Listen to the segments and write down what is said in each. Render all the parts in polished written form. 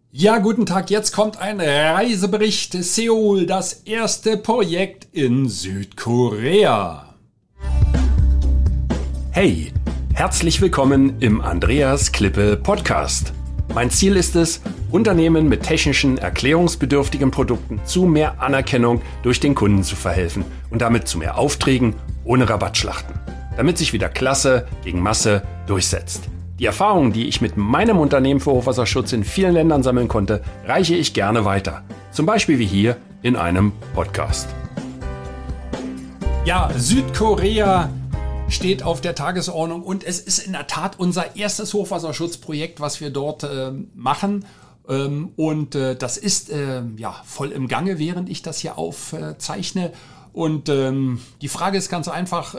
Ja, guten Tag, jetzt kommt ein Reisebericht. Seoul, das erste Projekt in Südkorea. Hey, herzlich willkommen im Andreas Klippe Podcast. Mein Ziel ist es, Unternehmen mit technischen, erklärungsbedürftigen Produkten zu mehr Anerkennung durch den Kunden zu verhelfen und damit zu mehr Aufträgen ohne Rabattschlachten, damit sich wieder Klasse gegen Masse durchsetzt. Die Erfahrungen, die ich mit meinem Unternehmen für Hochwasserschutz in vielen Ländern sammeln konnte, reiche ich gerne weiter. Zum Beispiel wie hier in einem Podcast. Ja, Südkorea steht auf der Tagesordnung und es ist in der Tat unser erstes Hochwasserschutzprojekt, was wir dort machen. Das ist voll im Gange, während ich das hier aufzeichne. Und die Frage ist ganz einfach,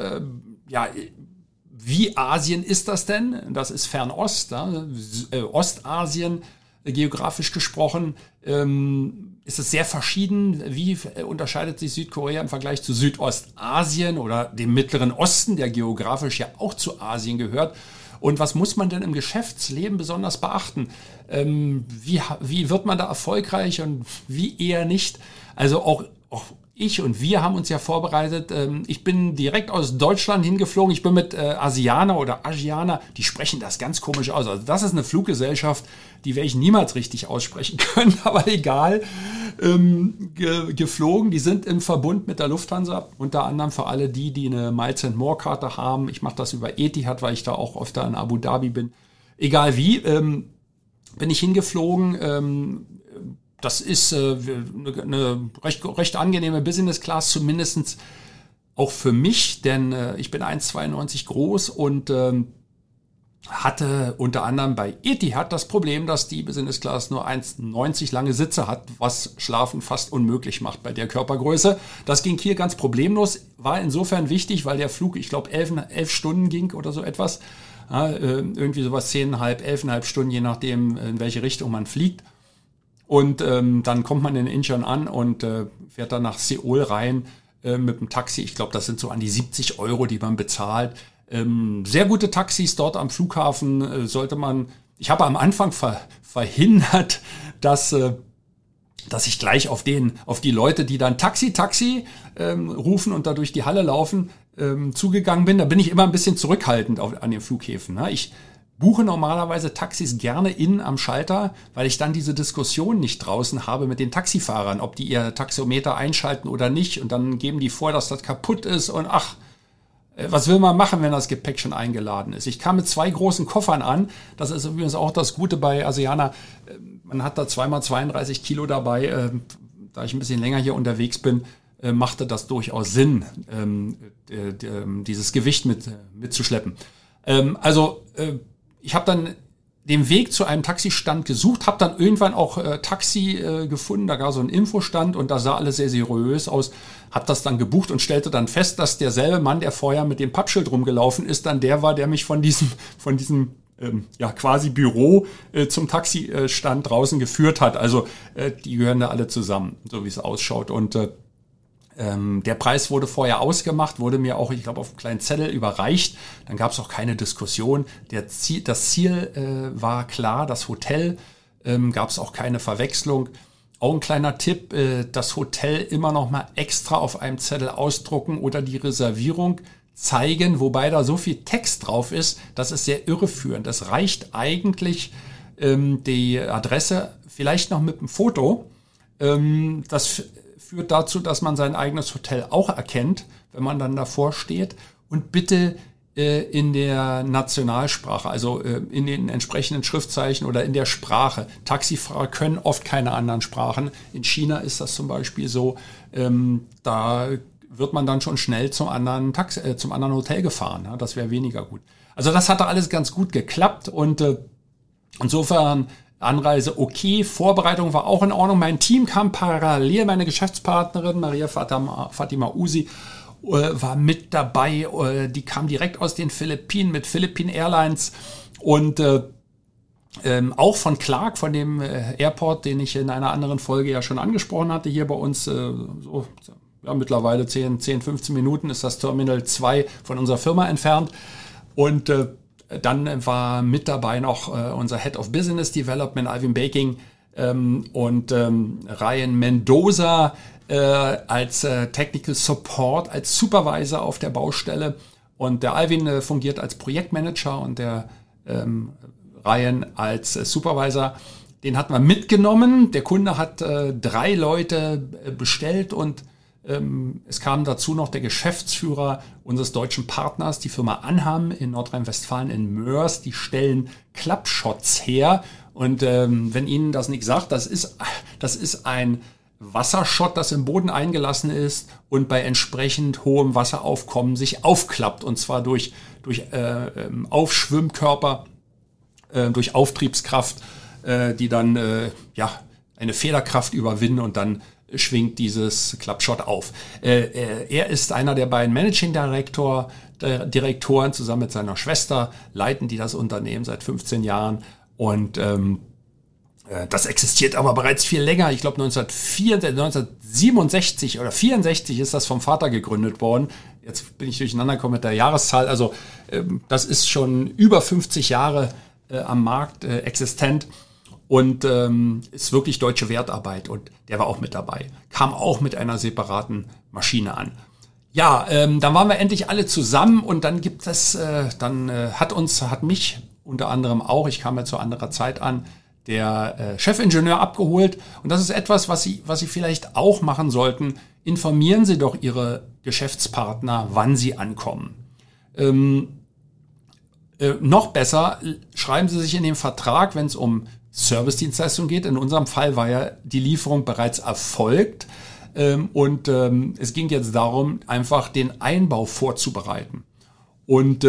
wie Asien ist das denn? Das ist Fernost, Ostasien geografisch gesprochen. Ist es sehr verschieden. Wie unterscheidet sich Südkorea im Vergleich zu Südostasien oder dem Mittleren Osten, der geografisch ja auch zu Asien gehört? Und was muss man denn im Geschäftsleben besonders beachten? Wie wird man da erfolgreich und wie eher nicht? Also auch ich und wir haben uns ja vorbereitet. Ich bin direkt aus Deutschland hingeflogen. Ich bin mit Asianer oder Asianer, die sprechen das ganz komisch aus. Also das ist eine Fluggesellschaft, die werde ich niemals richtig aussprechen können, aber egal, geflogen. Die sind im Verbund mit der Lufthansa, unter anderem für alle die eine Miles & More Karte haben. Ich mache das über Etihad, weil ich da auch öfter in Abu Dhabi bin. Egal wie, bin ich hingeflogen. Das ist eine recht angenehme Business Class, zumindest auch für mich, denn ich bin 1,92 groß und hatte unter anderem bei Etihad das Problem, dass die Business Class nur 1,90 lange Sitze hat, was Schlafen fast unmöglich macht bei der Körpergröße. Das ging hier ganz problemlos, war insofern wichtig, weil der Flug, ich glaube, 11 Stunden ging oder so etwas. Ja, irgendwie sowas 11,5 Stunden, je nachdem, in welche Richtung man fliegt. Und dann kommt man in Incheon an und fährt dann nach Seoul rein mit dem Taxi. Ich glaube, das sind so an die 70 €, die man bezahlt. Sehr gute Taxis dort am Flughafen sollte man. Ich habe am Anfang verhindert, dass ich gleich auf die Leute, die dann Taxi rufen und da durch die Halle laufen, zugegangen bin. Da bin ich immer ein bisschen zurückhaltend an den Flughäfen. Ne? Ich buche normalerweise Taxis gerne innen am Schalter, weil ich dann diese Diskussion nicht draußen habe mit den Taxifahrern, ob die ihr Taxometer einschalten oder nicht. Und dann geben die vor, dass das kaputt ist. Und was will man machen, wenn das Gepäck schon eingeladen ist? Ich kam mit 2 großen Koffern an. Das ist übrigens auch das Gute bei Asiana. Man hat da 2x32 Kilo dabei. Da ich ein bisschen länger hier unterwegs bin, machte das durchaus Sinn, dieses Gewicht mitzuschleppen. Ich habe dann den Weg zu einem Taxistand gesucht, habe dann irgendwann auch Taxi gefunden, da gab so einen Infostand und da sah alles sehr seriös aus, habe das dann gebucht und stellte dann fest, dass derselbe Mann, der vorher mit dem Pappschild rumgelaufen ist, dann der war, der mich von diesem quasi Büro zum Taxistand draußen geführt hat. Also die gehören da alle zusammen, so wie es ausschaut. Und der Preis wurde vorher ausgemacht, wurde mir auch, ich glaube, auf einem kleinen Zettel überreicht. Dann gab es auch keine Diskussion. Das Ziel war klar, das Hotel, gab es auch keine Verwechslung. Auch ein kleiner Tipp, das Hotel immer noch mal extra auf einem Zettel ausdrucken oder die Reservierung zeigen, wobei da so viel Text drauf ist, das ist sehr irreführend. Es reicht eigentlich die Adresse, vielleicht noch mit einem Foto. Das führt dazu, dass man sein eigenes Hotel auch erkennt, wenn man dann davor steht. Und bitte in der Nationalsprache, also in den entsprechenden Schriftzeichen oder in der Sprache. Taxifahrer können oft keine anderen Sprachen. In China ist das zum Beispiel so, da wird man dann schon schnell zum anderen Hotel gefahren. Ja? Das wäre weniger gut. Also das hatte alles ganz gut geklappt und insofern Anreise okay, Vorbereitung war auch in Ordnung. Mein Team kam parallel, meine Geschäftspartnerin Maria Fatima Usi war mit dabei. Die kam direkt aus den Philippinen mit Philippine Airlines und auch von Clark, von dem Airport, den ich in einer anderen Folge ja schon angesprochen hatte, hier bei uns mittlerweile 10-15 Minuten ist das Terminal 2 von unserer Firma entfernt. Und dann war mit dabei noch unser Head of Business Development, Alvin Baking, und Ryan Mendoza als Technical Support, als Supervisor auf der Baustelle. Und der Alvin fungiert als Projektmanager und der Ryan als Supervisor. Den hatten wir mitgenommen. Der Kunde hat 3 Leute bestellt und es kam dazu noch der Geschäftsführer unseres deutschen Partners, die Firma Anham in Nordrhein-Westfalen in Moers. Die stellen Klappshots her. Und wenn Ihnen das nicht sagt, das ist ein Wasserschott, das im Boden eingelassen ist und bei entsprechend hohem Wasseraufkommen sich aufklappt. Und zwar durch Aufschwimmkörper, durch Auftriebskraft, die dann eine Federkraft überwinden und dann schwingt dieses Klappschott auf. Er ist einer der beiden Managing Direktoren, zusammen mit seiner Schwester leiten die das Unternehmen seit 15 Jahren und das existiert aber bereits viel länger. Ich glaube 1967 oder 64 ist das vom Vater gegründet worden. Jetzt bin ich durcheinander gekommen mit der Jahreszahl. Also das ist schon über 50 Jahre am Markt existent. Und ist wirklich deutsche Wertarbeit und der war auch mit dabei. Kam auch mit einer separaten Maschine an. Ja, dann waren wir endlich alle zusammen und dann gibt es, hat mich unter anderem auch, ich kam ja zu anderer Zeit an, der Chefingenieur abgeholt. Und das ist etwas, was Sie vielleicht auch machen sollten. Informieren Sie doch Ihre Geschäftspartner, wann sie ankommen. Noch besser, schreiben Sie sich in den Vertrag, wenn es um Servicedienstleistung geht. In unserem Fall war ja die Lieferung bereits erfolgt und es ging jetzt darum, einfach den Einbau vorzubereiten. Und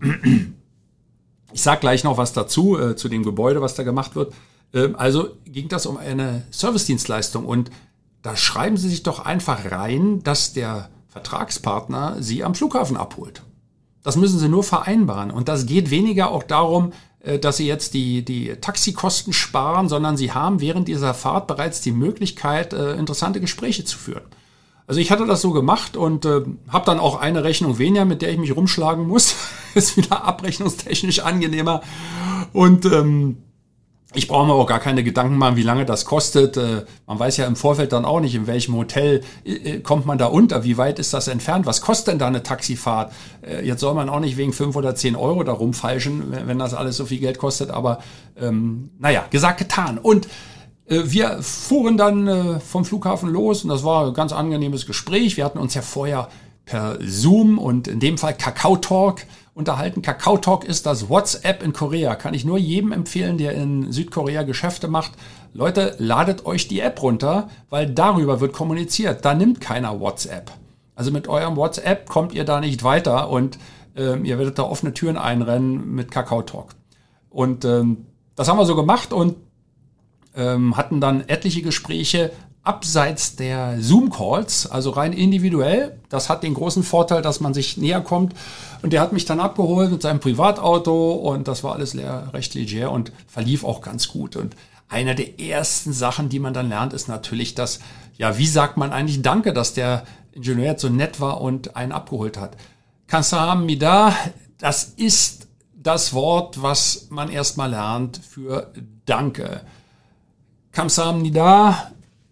ich sage gleich noch was dazu, zu dem Gebäude, was da gemacht wird. Also ging das um eine Servicedienstleistung und da schreiben Sie sich doch einfach rein, dass der Vertragspartner Sie am Flughafen abholt. Das müssen Sie nur vereinbaren und das geht weniger auch darum, dass Sie jetzt die Taxikosten sparen, sondern Sie haben während dieser Fahrt bereits die Möglichkeit, interessante Gespräche zu führen. Also ich hatte das so gemacht und habe dann auch eine Rechnung weniger, mit der ich mich rumschlagen muss. Ist wieder abrechnungstechnisch angenehmer. Und ich brauche mir auch gar keine Gedanken machen, wie lange das kostet. Man weiß ja im Vorfeld dann auch nicht, in welchem Hotel kommt man da unter, wie weit ist das entfernt, was kostet denn da eine Taxifahrt? Jetzt soll man auch nicht wegen 5 oder 10 Euro da rumfeilschen, wenn das alles so viel Geld kostet, aber gesagt, getan. Und wir fuhren dann vom Flughafen los und das war ein ganz angenehmes Gespräch. Wir hatten uns ja vorher per Zoom und in dem Fall Kakao Talk unterhalten. Kakao Talk ist das WhatsApp in Korea. Kann ich nur jedem empfehlen, der in Südkorea Geschäfte macht. Leute, ladet euch die App runter, weil darüber wird kommuniziert. Da nimmt keiner WhatsApp. Also mit eurem WhatsApp kommt ihr da nicht weiter und ihr werdet da offene Türen einrennen mit Kakao Talk. Und das haben wir so gemacht und hatten dann etliche Gespräche abseits der Zoom-Calls, also rein individuell. Das hat den großen Vorteil, dass man sich näher kommt. Und der hat mich dann abgeholt mit seinem Privatauto und das war alles recht leger und verlief auch ganz gut. Und einer der ersten Sachen, die man dann lernt, ist natürlich das, ja, wie sagt man eigentlich Danke, dass der Ingenieur jetzt so nett war und einen abgeholt hat. Kamsahamnida, das ist das Wort, was man erstmal lernt für Danke. Kamsahamnida,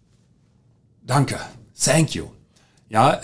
danke, thank you. Ja,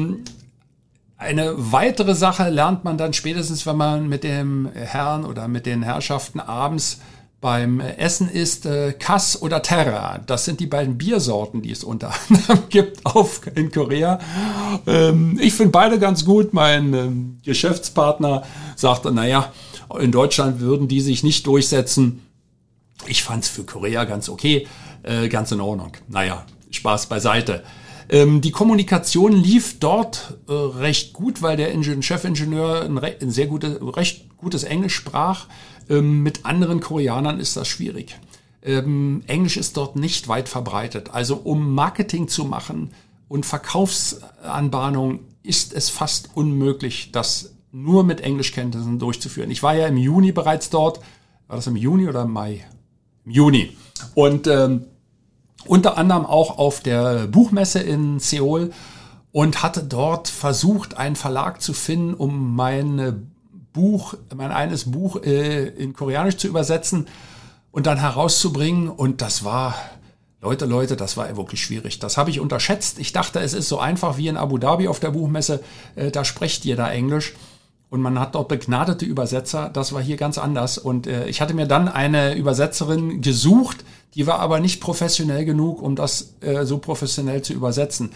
eine weitere Sache lernt man dann spätestens, wenn man mit dem Herrn oder mit den Herrschaften abends beim Essen isst, Cass oder Terra. Das sind die beiden Biersorten, die es unter anderem gibt in Korea. Ich finde beide ganz gut. Mein Geschäftspartner sagte, naja, in Deutschland würden die sich nicht durchsetzen. Ich fand es für Korea ganz okay, ganz in Ordnung. Naja, Spaß beiseite. Die Kommunikation lief dort recht gut, weil der Chefingenieur ein recht gutes Englisch sprach. Mit anderen Koreanern ist das schwierig. Englisch ist dort nicht weit verbreitet. Also um Marketing zu machen und Verkaufsanbahnung ist es fast unmöglich, das nur mit Englischkenntnissen durchzuführen. Ich war ja im Juni bereits dort. War das im Juni oder im Mai? Im Juni. Und unter anderem auch auf der Buchmesse in Seoul und hatte dort versucht, einen Verlag zu finden, um mein eines Buch in Koreanisch zu übersetzen und dann herauszubringen. Und das war Leute, das war wirklich schwierig. Das habe ich unterschätzt. Ich dachte, es ist so einfach wie in Abu Dhabi auf der Buchmesse. Da spricht jeder Englisch und man hat dort begnadete Übersetzer. Das war hier ganz anders. Und ich hatte mir dann eine Übersetzerin gesucht, die war aber nicht professionell genug, um das so professionell zu übersetzen.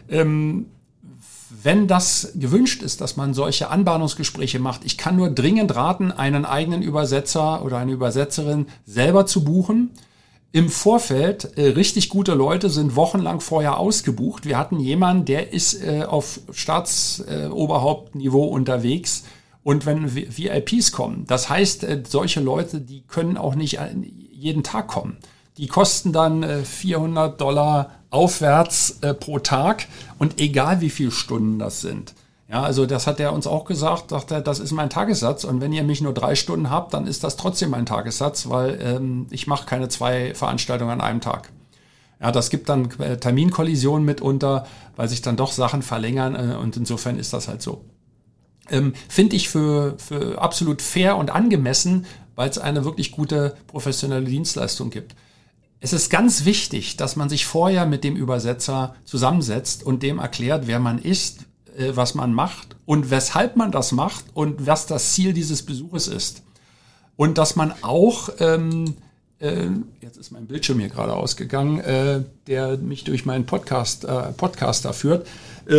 Wenn das gewünscht ist, dass man solche Anbahnungsgespräche macht, ich kann nur dringend raten, einen eigenen Übersetzer oder eine Übersetzerin selber zu buchen. Im Vorfeld, richtig gute Leute sind wochenlang vorher ausgebucht. Wir hatten jemanden, der ist auf Staatsoberhauptniveau unterwegs. Und wenn VIPs kommen, das heißt, solche Leute, die können auch nicht jeden Tag kommen. Die kosten dann $400 aufwärts pro Tag und egal wie viele Stunden das sind. Ja, also das hat er uns auch gesagt, sagt er, das ist mein Tagessatz und wenn ihr mich nur 3 Stunden habt, dann ist das trotzdem mein Tagessatz, weil ich mache keine 2 Veranstaltungen an einem Tag. Ja, das gibt dann Terminkollisionen mitunter, weil sich dann doch Sachen verlängern und insofern ist das halt so. Finde ich für absolut fair und angemessen, weil es eine wirklich gute professionelle Dienstleistung gibt. Es ist ganz wichtig, dass man sich vorher mit dem Übersetzer zusammensetzt und dem erklärt, wer man ist, was man macht und weshalb man das macht und was das Ziel dieses Besuches ist. Und dass man auch, jetzt ist mein Bildschirm hier gerade ausgegangen, der mich durch meinen Podcaster führt.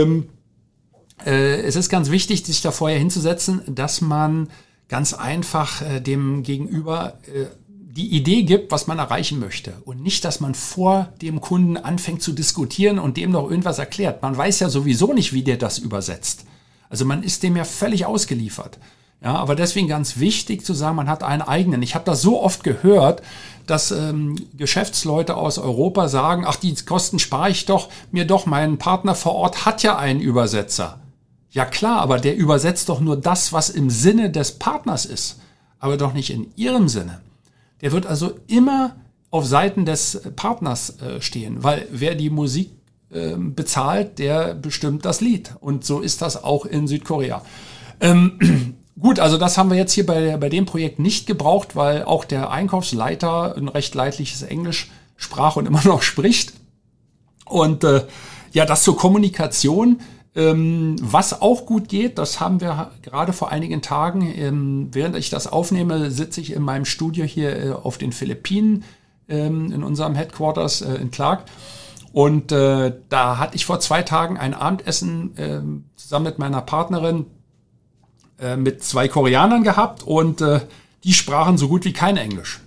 Es ist ganz wichtig, sich da vorher hinzusetzen, dass man ganz einfach dem Gegenüber die Idee gibt, was man erreichen möchte. Und nicht, dass man vor dem Kunden anfängt zu diskutieren und dem noch irgendwas erklärt. Man weiß ja sowieso nicht, wie der das übersetzt. Also man ist dem ja völlig ausgeliefert. Ja, aber deswegen ganz wichtig zu sagen, man hat einen eigenen. Ich habe das so oft gehört, dass Geschäftsleute aus Europa sagen, ach, die Kosten spare ich mir doch, mein Partner vor Ort hat ja einen Übersetzer. Ja klar, aber der übersetzt doch nur das, was im Sinne des Partners ist, aber doch nicht in ihrem Sinne. Der wird also immer auf Seiten des Partners stehen, weil wer die Musik bezahlt, der bestimmt das Lied. Und so ist das auch in Südkorea. Gut, also das haben wir jetzt hier bei dem Projekt nicht gebraucht, weil auch der Einkaufsleiter ein recht leidliches Englisch sprach und immer noch spricht. Und ja, das zur Kommunikation. Was auch gut geht, das haben wir gerade vor einigen Tagen, während ich das aufnehme, sitze ich in meinem Studio hier auf den Philippinen, in unserem Headquarters in Clark. Und da hatte ich vor 2 Tagen ein Abendessen zusammen mit meiner Partnerin mit 2 Koreanern gehabt und die sprachen so gut wie kein Englisch.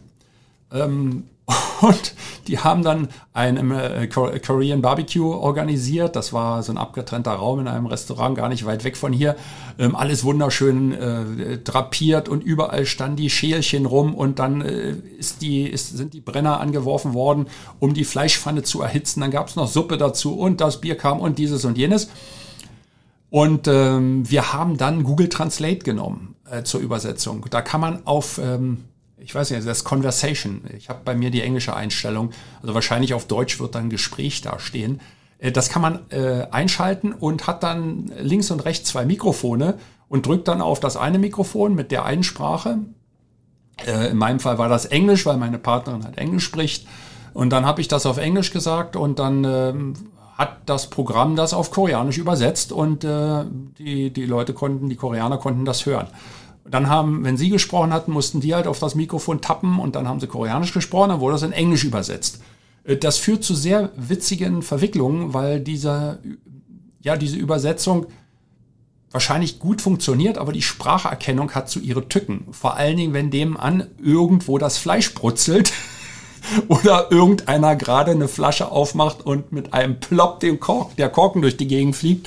Und die haben dann ein Korean Barbecue organisiert. Das war so ein abgetrennter Raum in einem Restaurant, gar nicht weit weg von hier. Alles wunderschön drapiert und überall standen die Schälchen rum und dann sind die Brenner angeworfen worden, um die Fleischpfanne zu erhitzen. Dann gab es noch Suppe dazu und das Bier kam und dieses und jenes. Und wir haben dann Google Translate genommen zur Übersetzung. Da kann man auf ich weiß nicht, das ist Conversation. Ich habe bei mir die englische Einstellung. Also wahrscheinlich auf Deutsch wird dann Gespräch da stehen. Das kann man einschalten und hat dann links und rechts 2 Mikrofone und drückt dann auf das eine Mikrofon mit der einen Sprache. In meinem Fall war das Englisch, weil meine Partnerin halt Englisch spricht. Und dann habe ich das auf Englisch gesagt und dann hat das Programm das auf Koreanisch übersetzt und die Koreaner konnten das hören. Dann wenn sie gesprochen hatten, mussten die halt auf das Mikrofon tappen und dann haben sie Koreanisch gesprochen, dann wurde das in Englisch übersetzt. Das führt zu sehr witzigen Verwicklungen, weil diese Übersetzung wahrscheinlich gut funktioniert, aber die Spracherkennung hat so ihre Tücken. Vor allen Dingen, wenn dem irgendwo das Fleisch brutzelt oder irgendeiner gerade eine Flasche aufmacht und mit einem Plopp der Korken durch die Gegend fliegt.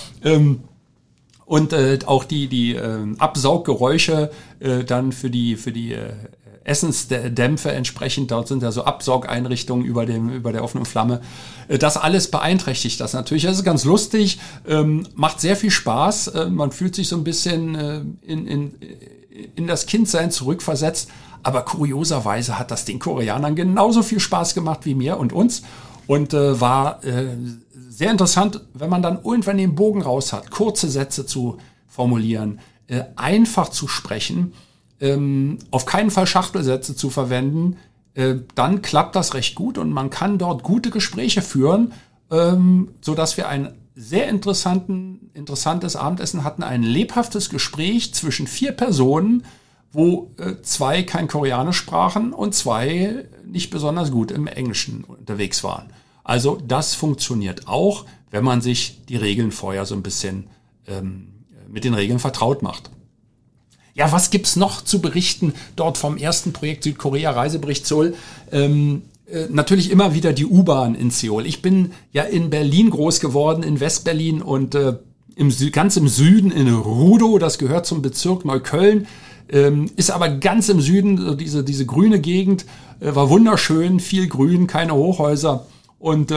Und auch die Absauggeräusche dann für die Essensdämpfe entsprechend, dort sind ja so Absaugeinrichtungen über der offenen Flamme. Das alles beeinträchtigt das natürlich. Das ist ganz lustig, macht sehr viel Spaß. Man fühlt sich so ein bisschen in das Kindsein zurückversetzt. Aber kurioserweise hat das den Koreanern genauso viel Spaß gemacht wie mir und uns. Und war sehr interessant, wenn man dann irgendwann den Bogen raus hat, kurze Sätze zu formulieren, einfach zu sprechen, auf keinen Fall Schachtelsätze zu verwenden, dann klappt das recht gut und man kann dort gute Gespräche führen, sodass wir ein sehr interessantes Abendessen hatten, ein lebhaftes Gespräch zwischen 4 Personen, wo 2 kein Koreanisch sprachen und 2 nicht besonders gut im Englischen unterwegs waren. Also das funktioniert auch, wenn man sich die Regeln vorher so ein bisschen mit den Regeln vertraut macht. Ja, was gibt's noch zu berichten dort vom ersten Projekt Südkorea, Reisebericht Seoul? Natürlich immer wieder die U-Bahn in Seoul. Ich bin ja in Berlin groß geworden, in Westberlin und ganz im Süden in Rudow, das gehört zum Bezirk Neukölln, ist aber ganz im Süden, diese grüne Gegend, war wunderschön, viel Grün, keine Hochhäuser und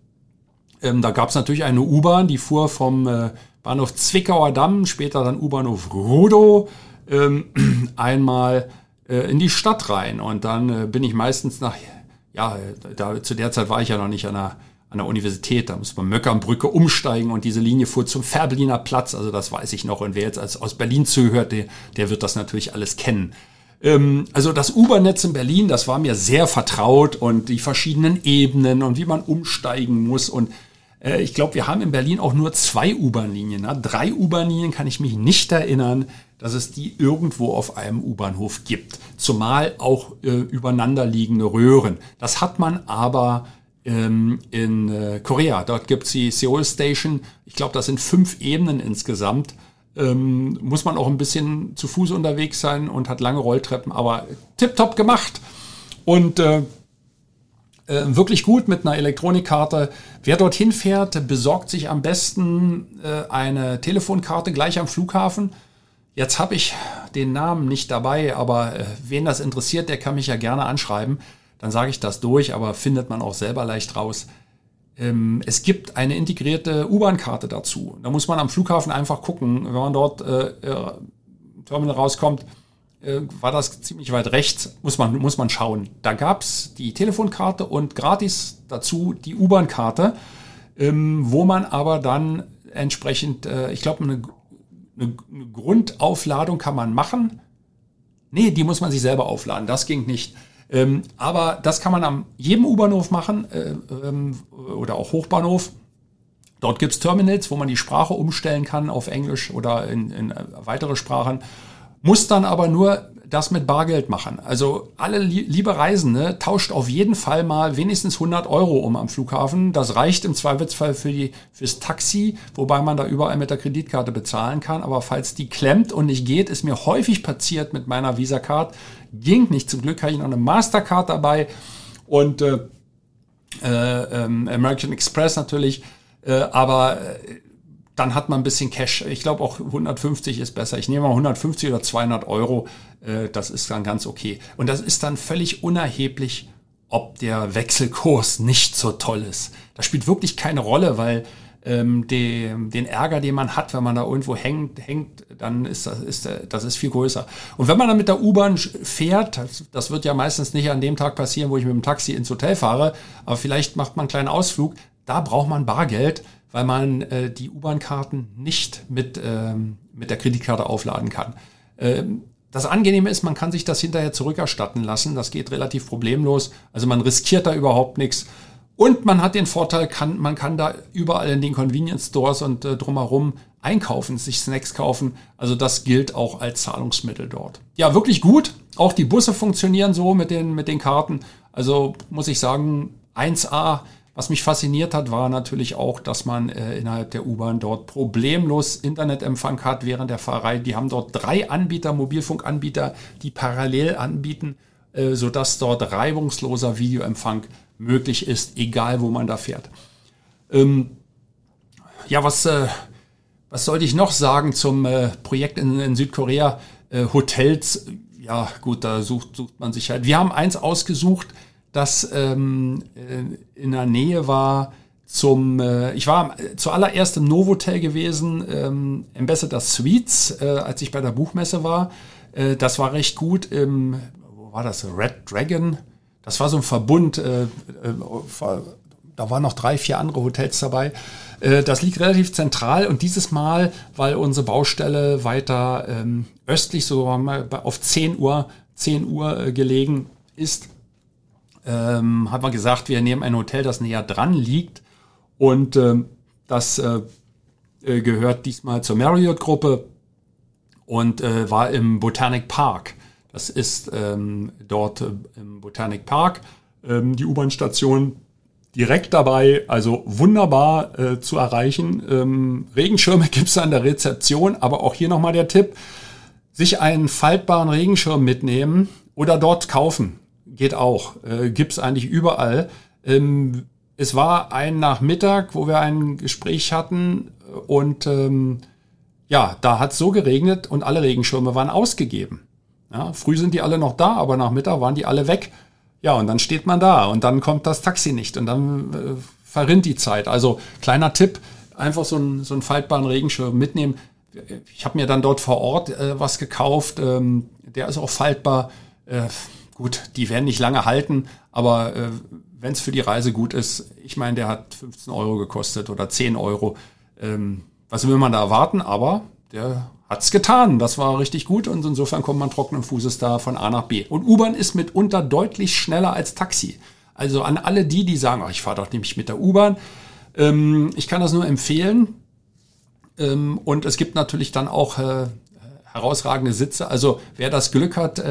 da gab's natürlich eine U-Bahn, die fuhr vom Bahnhof Zwickauer Damm, später dann U-Bahnhof Rudow, einmal in die Stadt rein und dann bin ich meistens zu der Zeit war ich ja noch nicht an der Universität, da muss man Möckernbrücke umsteigen und diese Linie fuhr zum Fährberliner Platz, also das weiß ich noch und wer jetzt aus Berlin zuhört, der wird das natürlich alles kennen. Also das U-Bahn-Netz in Berlin, das war mir sehr vertraut und die verschiedenen Ebenen und wie man umsteigen muss und ich glaube, wir haben in Berlin auch nur 2 U-Bahn-Linien. 3 U-Bahn-Linien kann ich mich nicht erinnern, dass es die irgendwo auf einem U-Bahnhof gibt. Zumal auch übereinander liegende Röhren. Das hat man aber in Korea. Dort gibt es die Seoul Station. Ich glaube, das sind 5 Ebenen insgesamt. Muss man auch ein bisschen zu Fuß unterwegs sein und hat lange Rolltreppen, aber tipptopp gemacht. Und wirklich gut mit einer Elektronikkarte. Wer dorthin fährt, besorgt sich am besten eine Telefonkarte gleich am Flughafen. Jetzt habe ich den Namen nicht dabei, aber wen das interessiert, der kann mich ja gerne anschreiben. Dann sage ich das durch, aber findet man auch selber leicht raus. Es gibt eine integrierte U-Bahn-Karte dazu. Da muss man am Flughafen einfach gucken, wenn man dort im Terminal rauskommt, war das ziemlich weit rechts, muss man schauen. Da gab's die Telefonkarte und gratis dazu die U-Bahn-Karte, wo man aber dann entsprechend, ich glaube, eine Grundaufladung kann man machen. Nee, die muss man sich selber aufladen, das ging nicht. Aber das kann man an jedem U-Bahnhof machen oder auch Hochbahnhof. Dort gibt's Terminals, wo man die Sprache umstellen kann auf Englisch oder in weitere Sprachen. Muss dann aber nur das mit Bargeld machen. Also alle liebe Reisende, tauscht auf jeden Fall mal wenigstens 100 Euro um am Flughafen. Das reicht im Zweifelsfall fürs Taxi, wobei man da überall mit der Kreditkarte bezahlen kann. Aber falls die klemmt und nicht geht, ist mir häufig passiert mit meiner Visa-Card. Ging nicht. Zum Glück habe ich noch eine Mastercard dabei und American Express natürlich. Aber dann hat man ein bisschen Cash. Ich glaube auch 150 ist besser. Ich nehme mal 150 oder 200 Euro. Das ist dann ganz okay. Und das ist dann völlig unerheblich, ob der Wechselkurs nicht so toll ist. Das spielt wirklich keine Rolle, weil den Ärger, den man hat, wenn man da irgendwo hängt, dann ist das viel größer. Und wenn man dann mit der U-Bahn fährt, das wird ja meistens nicht an dem Tag passieren, wo ich mit dem Taxi ins Hotel fahre, aber vielleicht macht man einen kleinen Ausflug, da braucht man Bargeld, weil man die U-Bahn-Karten nicht mit der Kreditkarte aufladen kann. Das Angenehme ist, man kann sich das hinterher zurückerstatten lassen. Das geht relativ problemlos. Also man riskiert da überhaupt nichts. Und man hat den Vorteil, man kann da überall in den Convenience Stores und drumherum einkaufen, sich Snacks kaufen. Also das gilt auch als Zahlungsmittel dort. Ja, wirklich gut. Auch die Busse funktionieren so mit den Karten. Also muss ich sagen, 1A. Was mich fasziniert hat, war natürlich auch, dass man innerhalb der U-Bahn dort problemlos Internetempfang hat während der Fahrerei. Die haben dort 3 Anbieter, Mobilfunkanbieter, die parallel anbieten, sodass dort reibungsloser Videoempfang möglich ist, egal wo man da fährt. Was sollte ich noch sagen zum Projekt in Südkorea? Hotels, ja gut, da sucht man sich halt. Wir haben eins ausgesucht, das in der Nähe war ich war zuallererst im Novotel gewesen, Ambassador Suites, als ich bei der Buchmesse war. Das war recht gut wo war das? Red Dragon? Das war so ein Verbund, da waren noch 3, 4 andere Hotels dabei. Das liegt relativ zentral und dieses Mal, weil unsere Baustelle weiter östlich, so auf 10 Uhr gelegen ist, haben wir gesagt, wir nehmen ein Hotel, das näher dran liegt. Und das gehört diesmal zur Marriott-Gruppe und war im Botanic Park. Das ist dort im Botanic Park, die U-Bahn-Station direkt dabei, also wunderbar zu erreichen. Regenschirme gibt's an der Rezeption, aber auch hier nochmal der Tipp, sich einen faltbaren Regenschirm mitnehmen oder dort kaufen. Geht auch, gibt's eigentlich überall. Es war ein Nachmittag, wo wir ein Gespräch hatten und da hat es so geregnet und alle Regenschirme waren ausgegeben. Ja, früh sind die alle noch da, aber nach Mittag waren die alle weg. Ja, und dann steht man da und dann kommt das Taxi nicht und dann verrinnt die Zeit. Also kleiner Tipp, einfach so einen faltbaren Regenschirm mitnehmen. Ich habe mir dann dort vor Ort was gekauft, der ist auch faltbar. Gut, die werden nicht lange halten, aber wenn es für die Reise gut ist, ich meine, der hat 15 Euro gekostet oder 10 Euro. Was will man da erwarten? Aber der hat's getan. Das war richtig gut und insofern kommt man trockenen Fußes da von A nach B. Und U-Bahn ist mitunter deutlich schneller als Taxi. Also an alle die sagen, ich fahre doch nämlich mit der U-Bahn. Ich kann das nur empfehlen. Und es gibt natürlich dann auch herausragende Sitze. Also wer das Glück hat,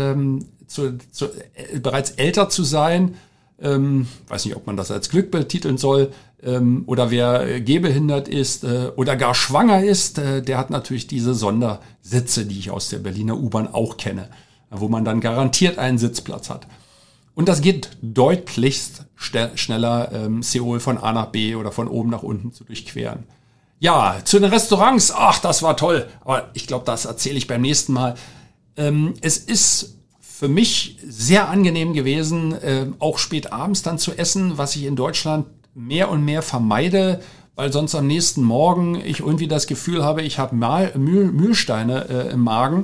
bereits älter zu sein, weiß nicht, ob man das als Glück betiteln soll, oder wer gehbehindert ist oder gar schwanger ist, der hat natürlich diese Sondersitze, die ich aus der Berliner U-Bahn auch kenne, wo man dann garantiert einen Sitzplatz hat. Und das geht deutlichst schneller, Seoul von A nach B oder von oben nach unten zu durchqueren. Ja, zu den Restaurants, das war toll, aber ich glaube, das erzähle ich beim nächsten Mal. Es ist für mich sehr angenehm gewesen, auch spät abends dann zu essen, was ich in Deutschland mehr und mehr vermeide, weil sonst am nächsten Morgen ich irgendwie das Gefühl habe, ich habe Mühlsteine im Magen.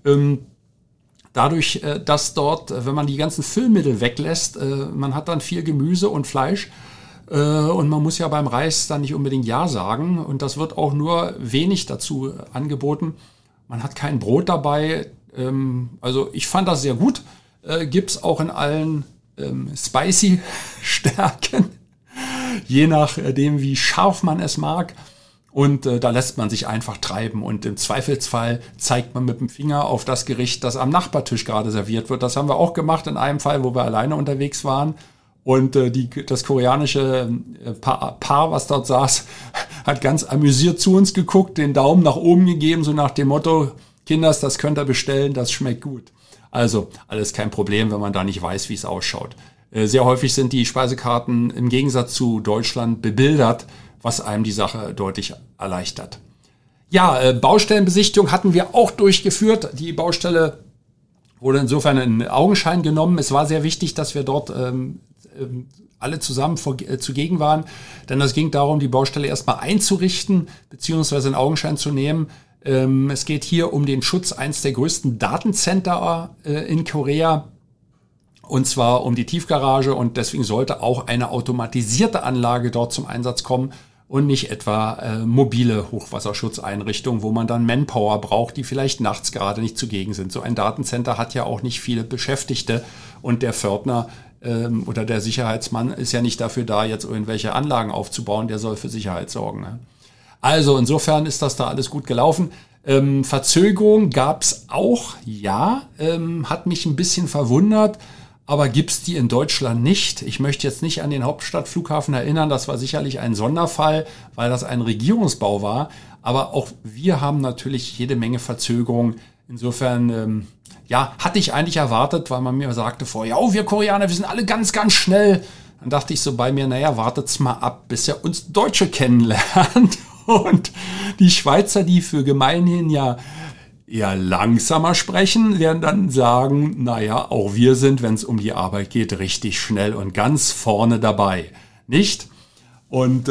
Dadurch, dass dort, wenn man die ganzen Füllmittel weglässt, man hat dann viel Gemüse und Fleisch und man muss ja beim Reis dann nicht unbedingt Ja sagen und das wird auch nur wenig dazu angeboten. Man hat kein Brot dabei. Also ich fand das sehr gut. Gibt's auch in allen spicy Stärken, je nachdem wie scharf man es mag. Und da lässt man sich einfach treiben und im Zweifelsfall zeigt man mit dem Finger auf das Gericht, das am Nachbartisch gerade serviert wird. Das haben wir auch gemacht in einem Fall, wo wir alleine unterwegs waren. Und das koreanische Paar, was dort saß, hat ganz amüsiert zu uns geguckt, den Daumen nach oben gegeben, so nach dem Motto, Kinders, das könnt ihr bestellen, das schmeckt gut. Also alles kein Problem, wenn man da nicht weiß, wie es ausschaut. Sehr häufig sind die Speisekarten im Gegensatz zu Deutschland bebildert, was einem die Sache deutlich erleichtert. Ja, Baustellenbesichtigung hatten wir auch durchgeführt. Die Baustelle wurde insofern in Augenschein genommen. Es war sehr wichtig, dass wir dort alle zusammen zugegen waren, denn es ging darum, die Baustelle erstmal einzurichten bzw. in Augenschein zu nehmen. Es geht hier um den Schutz eines der größten Datencenter in Korea, und zwar um die Tiefgarage, und deswegen sollte auch eine automatisierte Anlage dort zum Einsatz kommen und nicht etwa mobile Hochwasserschutzeinrichtungen, wo man dann Manpower braucht, die vielleicht nachts gerade nicht zugegen sind. So ein Datencenter hat ja auch nicht viele Beschäftigte und der Pförtner oder der Sicherheitsmann ist ja nicht dafür da, jetzt irgendwelche Anlagen aufzubauen, der soll für Sicherheit sorgen, ne? Also insofern ist das da alles gut gelaufen. Verzögerung gab's auch, ja, hat mich ein bisschen verwundert, aber gibt's die in Deutschland nicht. Ich möchte jetzt nicht an den Hauptstadtflughafen erinnern, das war sicherlich ein Sonderfall, weil das ein Regierungsbau war, aber auch wir haben natürlich jede Menge Verzögerung. Insofern, hatte ich eigentlich erwartet, weil man mir sagte vorher, wir Koreaner, wir sind alle ganz, ganz schnell. Dann dachte ich so bei mir, wartet's mal ab, bis er uns Deutsche kennenlernt. Und die Schweizer, die für gemeinhin ja langsamer sprechen, werden dann sagen, auch wir sind, wenn es um die Arbeit geht, richtig schnell und ganz vorne dabei. Nicht? Und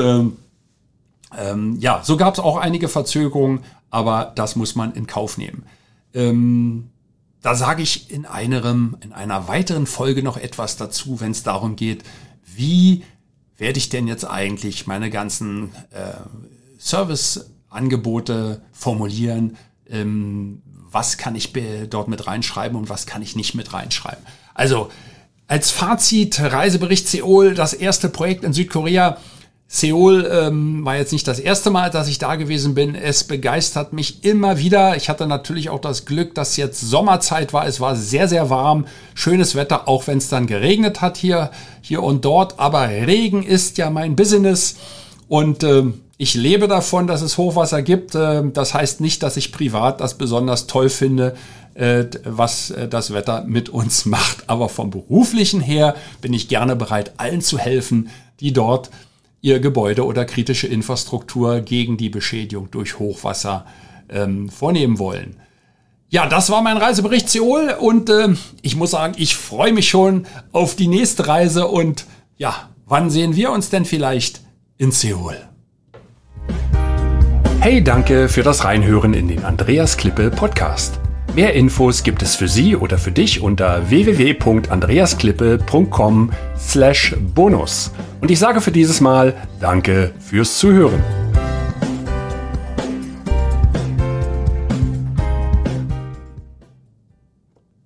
so gab es auch einige Verzögerungen, aber das muss man in Kauf nehmen. Da sage ich in einer weiteren Folge noch etwas dazu, wenn es darum geht, wie werde ich denn jetzt eigentlich meine ganzen Serviceangebote formulieren, was kann ich dort mit reinschreiben und was kann ich nicht mit reinschreiben. Also Als Fazit, Reisebericht Seoul, das erste Projekt in Südkorea. Seoul war jetzt nicht das erste Mal, dass ich da gewesen bin. Es begeistert mich immer wieder. Ich hatte natürlich auch das Glück, dass jetzt Sommerzeit war. Es war sehr, sehr warm. Schönes Wetter, auch wenn es dann geregnet hat hier und dort. Aber Regen ist ja mein Business. Und ich lebe davon, dass es Hochwasser gibt. Das heißt nicht, dass ich privat das besonders toll finde, was das Wetter mit uns macht. Aber vom Beruflichen her bin ich gerne bereit, allen zu helfen, die dort ihr Gebäude oder kritische Infrastruktur gegen die Beschädigung durch Hochwasser vornehmen wollen. Ja, das war mein Reisebericht Seoul und ich muss sagen, ich freue mich schon auf die nächste Reise und ja, wann sehen wir uns denn vielleicht in Seoul? Hey, danke für das Reinhören in den Andreas Klippe Podcast. Mehr Infos gibt es für Sie oder für dich unter www.andreasklippe.com/bonus. Und ich sage für dieses Mal Danke fürs Zuhören.